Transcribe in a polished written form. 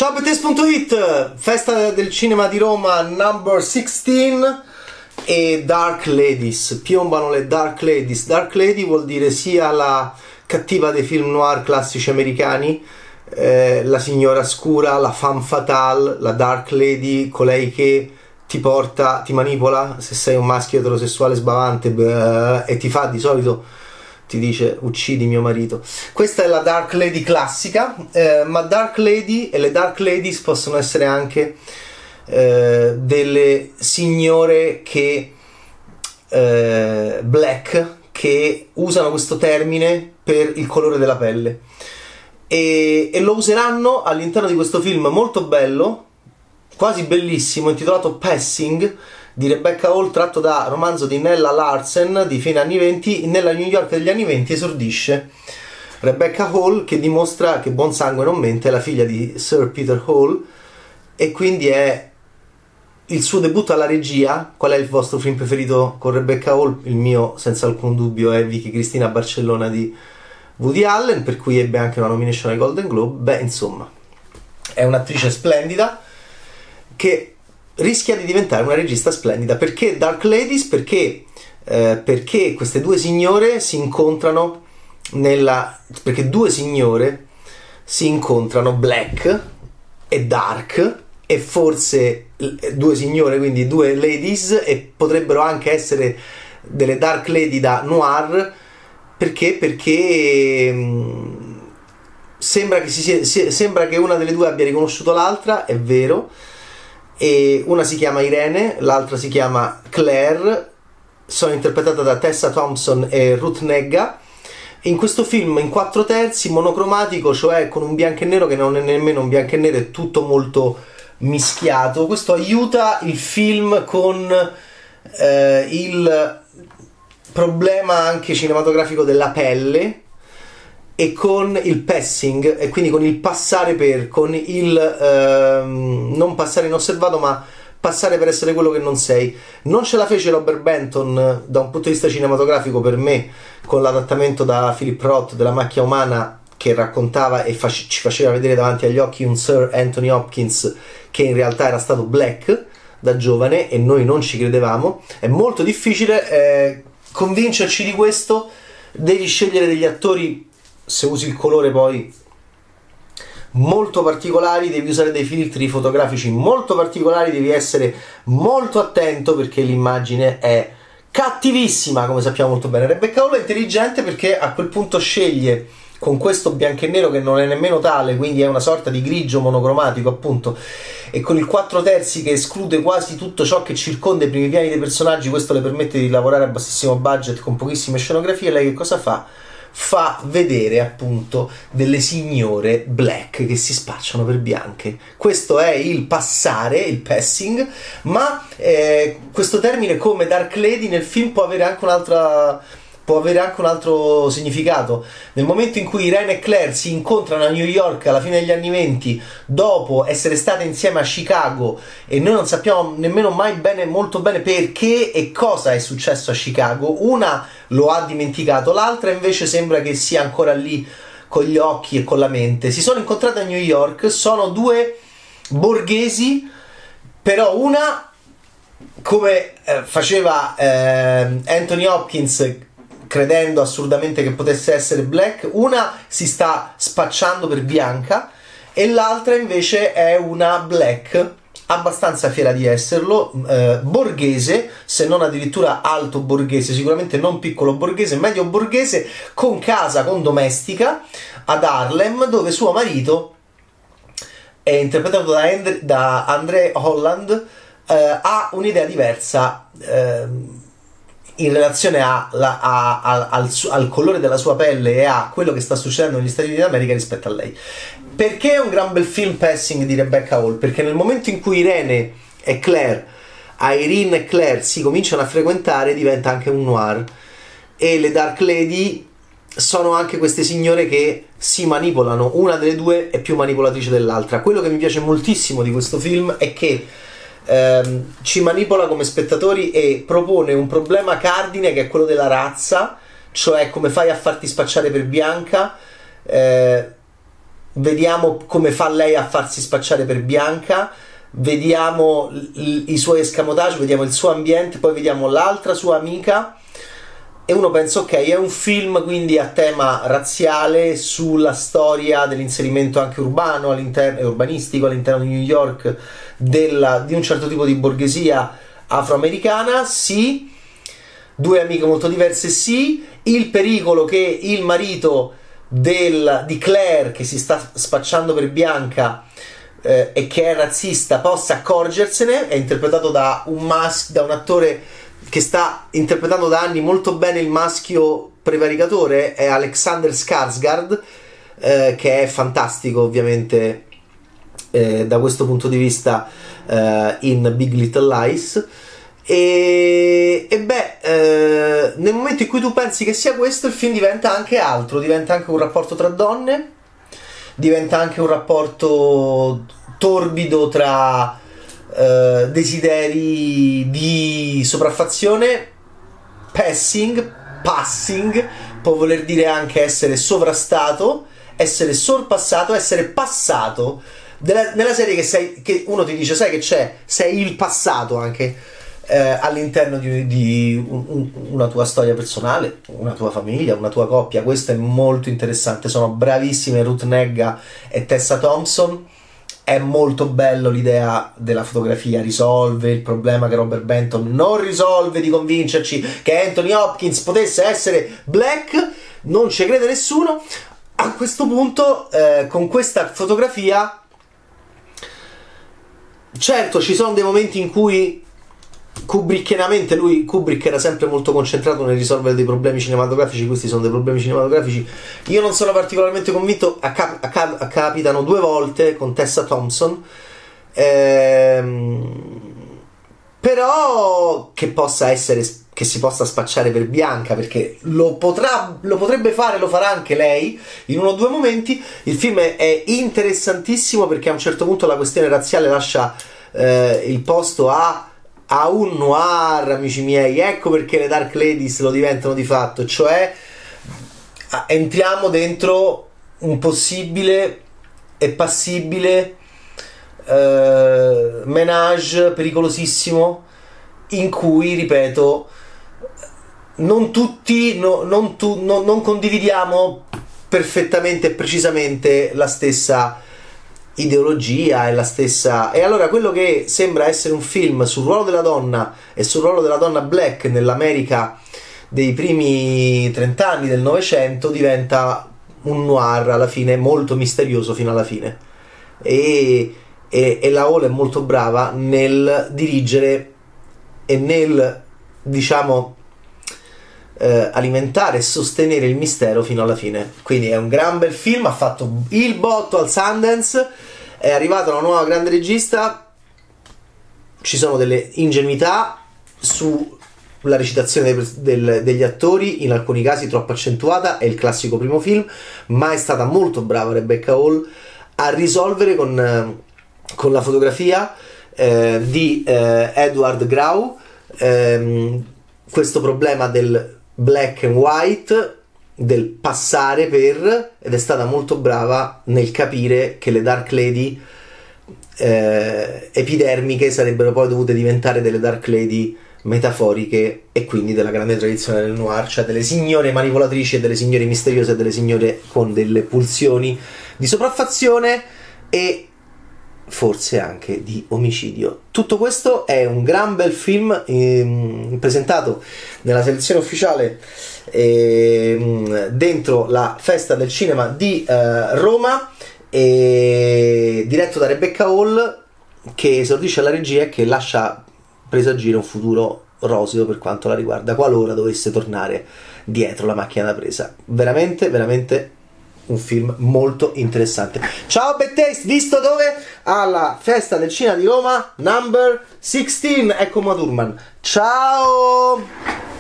Ciao Bettes.it, festa del cinema di Roma number 16 e Dark Ladies, piombano le Dark Ladies. Dark Lady vuol dire sia la cattiva dei film noir classici americani, la signora scura, la femme fatale, la Dark Lady, colei che ti porta, ti manipola se sei un maschio eterosessuale sbavante e ti fa di solito, ti dice uccidi mio marito. Questa è la Dark Lady classica, ma Dark Lady e le Dark Ladies possono essere anche delle signore che black, che usano questo termine per il colore della pelle e lo useranno all'interno di questo film molto bello, quasi bellissimo, intitolato Passing, di Rebecca Hall, tratto da romanzo di Nella Larsen di fine anni 20. Nella New York degli anni 20 esordisce Rebecca Hall, che dimostra che buon sangue non mente, è la figlia di Sir Peter Hall, e quindi è il suo debutto alla regia. Qual è il vostro film preferito con Rebecca Hall? Il mio senza alcun dubbio è Vicky Cristina Barcellona di Woody Allen, per cui ebbe anche una nomination ai Golden Globe. Beh, insomma, è un'attrice splendida che rischia di diventare una regista splendida. Perché Dark Ladies? Perché queste due signore si incontrano perché due signore si incontrano, black e dark, e forse due signore, quindi due ladies, e potrebbero anche essere delle dark lady da noir. Perché sembra che una delle due abbia riconosciuto l'altra, è vero, e una si chiama Irene, l'altra si chiama Claire, sono interpretate da Tessa Thompson e Ruth Negga. In questo film in 4/3 monocromatico, cioè con un bianco e nero che non è nemmeno un bianco e nero, è tutto molto mischiato. Questo aiuta il film con il problema anche cinematografico della pelle e con il passing, e quindi con il passare per, con il non passare inosservato ma passare per essere quello che non sei. Non ce la fece Robert Benton da un punto di vista cinematografico, per me, con l'adattamento da Philip Roth della Macchia Umana, che raccontava e ci faceva vedere davanti agli occhi un Sir Anthony Hopkins che in realtà era stato black da giovane e noi non ci credevamo. È molto difficile convincerci di questo. Devi scegliere degli attori, se usi il colore poi, molto particolari, devi usare dei filtri fotografici molto particolari, devi essere molto attento perché l'immagine è cattivissima, come sappiamo molto bene. Rebecca Hall è intelligente perché a quel punto sceglie, con questo bianco e nero che non è nemmeno tale, quindi è una sorta di grigio monocromatico appunto, e con il 4/3 che esclude quasi tutto ciò che circonda i primi piani dei personaggi, questo le permette di lavorare a bassissimo budget con pochissime scenografie. Lei che cosa fa? Fa vedere appunto delle signore black che si spacciano per bianche. Questo è il passare, il passing, ma questo termine, come Dark Lady, nel film può avere anche un altro significato. Nel momento in cui Irene e Claire si incontrano a New York alla fine degli anni 20, dopo essere state insieme a Chicago, e noi non sappiamo nemmeno mai molto bene perché e cosa è successo a Chicago, una lo ha dimenticato, l'altra invece sembra che sia ancora lì con gli occhi e con la mente. Si sono incontrate a New York, sono due borghesi, però una, come faceva Anthony Hopkins credendo assurdamente che potesse essere black, una si sta spacciando per bianca e l'altra invece è una black abbastanza fiera di esserlo, borghese, se non addirittura alto borghese, sicuramente non piccolo borghese, medio borghese, con casa, con domestica ad Harlem, dove suo marito è interpretato da Andre Holland, ha un'idea diversa in relazione al colore della sua pelle e a quello che sta succedendo negli Stati Uniti d'America rispetto a lei. Perché è un gran bel film Passing di Rebecca Hall? Perché nel momento in cui Irene e Claire si cominciano a frequentare, diventa anche un noir, e le Dark Lady sono anche queste signore che si manipolano, una delle due è più manipolatrice dell'altra. Quello che mi piace moltissimo di questo film è che ci manipola come spettatori e propone un problema cardine, che è quello della razza, cioè come fai a farti spacciare per bianca. vediamo come fa lei a farsi spacciare per Bianca, vediamo i suoi escamotage, vediamo il suo ambiente, poi vediamo l'altra sua amica, e uno pensa ok, è un film quindi a tema razziale, sulla storia dell'inserimento anche urbano all'interno, urbanistico all'interno di New York di un certo tipo di borghesia afroamericana, sì. Due amiche molto diverse, sì. Il pericolo che il marito di Claire, che si sta spacciando per Bianca e che è razzista, possa accorgersene. È interpretato da un attore che sta interpretando da anni molto bene il maschio prevaricatore, è Alexander Skarsgård, che è fantastico ovviamente da questo punto di vista in Big Little Lies. Nel momento in cui tu pensi che sia questo, il film diventa anche altro, diventa anche un rapporto tra donne, diventa anche un rapporto torbido tra desideri di sopraffazione, passing, può voler dire anche essere sovrastato, essere sorpassato, essere passato. Nella serie che uno ti dice, sai che c'è, sei il passato anche all'interno di una tua storia personale, una tua famiglia, una tua coppia. Questo è molto interessante, sono bravissime Ruth Negga e Tessa Thompson. È molto bello l'idea della fotografia, risolve il problema che Robert Benton non risolve di convincerci che Anthony Hopkins potesse essere black, non ci crede nessuno. A questo punto con questa fotografia, certo ci sono dei momenti in cui Kubrick era sempre molto concentrato nel risolvere dei problemi cinematografici. Questi sono dei problemi cinematografici. Io non sono particolarmente convinto. Capitano 2 volte con Tessa Thompson, però che si possa spacciare per Bianca, perché lo potrebbe fare, lo farà anche lei in 1 o 2 momenti. Il film è interessantissimo perché a un certo punto la questione razziale lascia il posto a un noir, amici miei. Ecco perché le Dark Ladies lo diventano di fatto, cioè entriamo dentro un possibile e passibile menage pericolosissimo, in cui, ripeto, non tutti non condividiamo perfettamente e precisamente la stessa ideologia e la stessa. E allora quello che sembra essere un film sul ruolo della donna e sul ruolo della donna black nell'America dei primi 30 anni del Novecento diventa un noir alla fine, molto misterioso fino alla fine. E la Hall è molto brava nel dirigere e nel, diciamo, alimentare e sostenere il mistero fino alla fine. Quindi è un gran bel film, ha fatto il botto al Sundance, è arrivata una nuova grande regista, ci sono delle ingenuità sulla recitazione degli attori, in alcuni casi troppo accentuata, è il classico primo film, ma è stata molto brava Rebecca Hall a risolvere con la fotografia di Edward Grau questo problema del black and white, del passare per, ed è stata molto brava nel capire che le Dark Lady epidermiche sarebbero poi dovute diventare delle Dark Lady metaforiche, e quindi della grande tradizione del noir, cioè delle signore manipolatrici e delle signore misteriose e delle signore con delle pulsioni di sopraffazione e forse anche di omicidio. Tutto questo è un gran bel film presentato nella selezione ufficiale dentro la Festa del Cinema di Roma, diretto da Rebecca Hall, che esordisce alla regia e che lascia presagire un futuro roseo per quanto la riguarda, qualora dovesse tornare dietro la macchina da presa. Veramente, veramente un film molto interessante. Ciao Bad Taste, visto dove? Alla Festa del Cinema di Roma, number 16. Ecco Uma Thurman. Ciao!